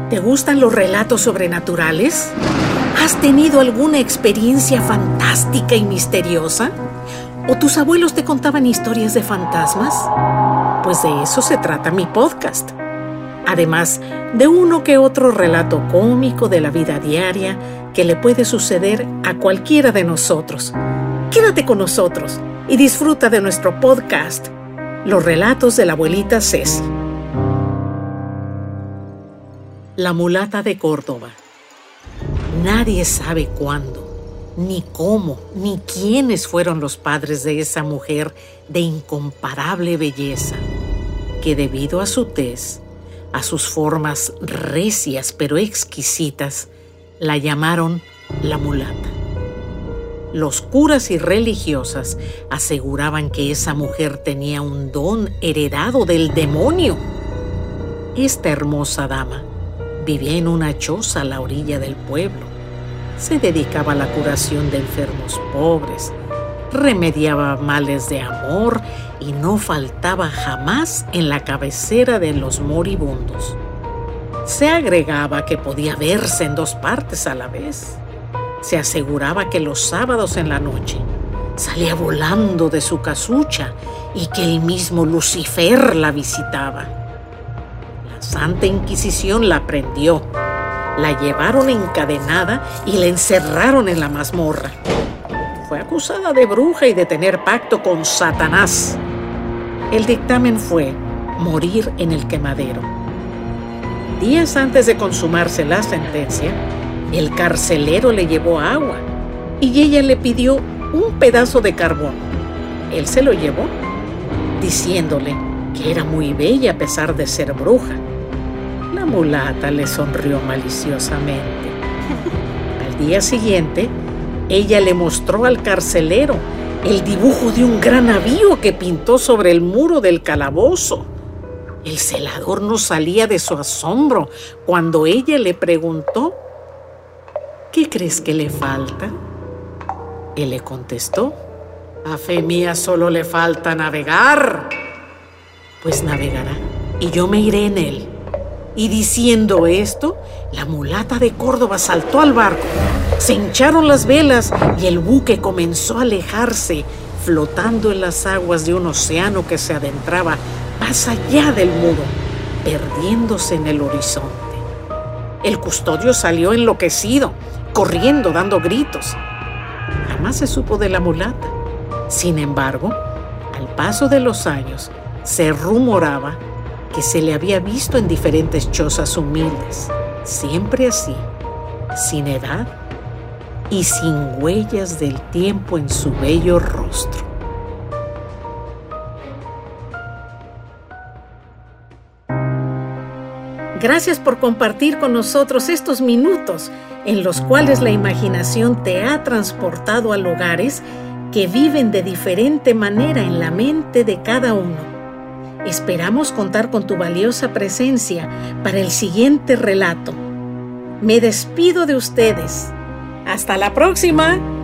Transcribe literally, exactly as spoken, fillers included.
¿Te gustan los relatos sobrenaturales? ¿Has tenido alguna experiencia fantástica y misteriosa? ¿O tus abuelos te contaban historias de fantasmas? Pues de eso se trata mi podcast. Además de uno que otro relato cómico de la vida diaria que le puede suceder a cualquiera de nosotros. Quédate con nosotros y disfruta de nuestro podcast, Los relatos de la abuelita Ceci. La mulata de Córdoba. Nadie sabe cuándo, ni cómo, ni quiénes fueron los padres de esa mujer de incomparable belleza, que debido a su tez, a sus formas recias pero exquisitas, la llamaron la mulata. Los curas y religiosas aseguraban que esa mujer tenía un don heredado del demonio. Esta hermosa dama vivía en una choza a la orilla del pueblo. Se dedicaba a la curación de enfermos pobres, remediaba males de amor y no faltaba jamás en la cabecera de los moribundos. Se agregaba que podía verse en dos partes a la vez. Se aseguraba que los sábados en la noche salía volando de su casucha y que el mismo Lucifer la visitaba. La Santa Inquisición la prendió, la llevaron encadenada y la encerraron en la mazmorra. Fue acusada de bruja y de tener pacto con Satanás. El dictamen fue morir en el quemadero. Días antes de consumarse la sentencia, el carcelero le llevó agua y ella le pidió un pedazo de carbón. Él se lo llevó, diciéndole que era muy bella a pesar de ser bruja. La mulata le sonrió maliciosamente. Al día siguiente, ella le mostró al carcelero el dibujo de un gran navío que pintó sobre el muro del calabozo. El celador no salía de su asombro cuando ella le preguntó: ¿qué crees que le falta? Él le contestó: a fe mía solo le falta navegar. Pues navegará y yo me iré en él. Y diciendo esto, la mulata de Córdoba saltó al barco. Se hincharon las velas y el buque comenzó a alejarse, flotando en las aguas de un océano que se adentraba más allá del muro, perdiéndose en el horizonte. El custodio salió enloquecido, corriendo, dando gritos. Jamás se supo de la mulata. Sin embargo, al paso de los años, se rumoraba que se le había visto en diferentes chozas humildes, siempre así, sin edad y sin huellas del tiempo en su bello rostro. Gracias por compartir con nosotros estos minutos en los cuales la imaginación te ha transportado a lugares que viven de diferente manera en la mente de cada uno. Esperamos contar con tu valiosa presencia para el siguiente relato. Me despido de ustedes. ¡Hasta la próxima!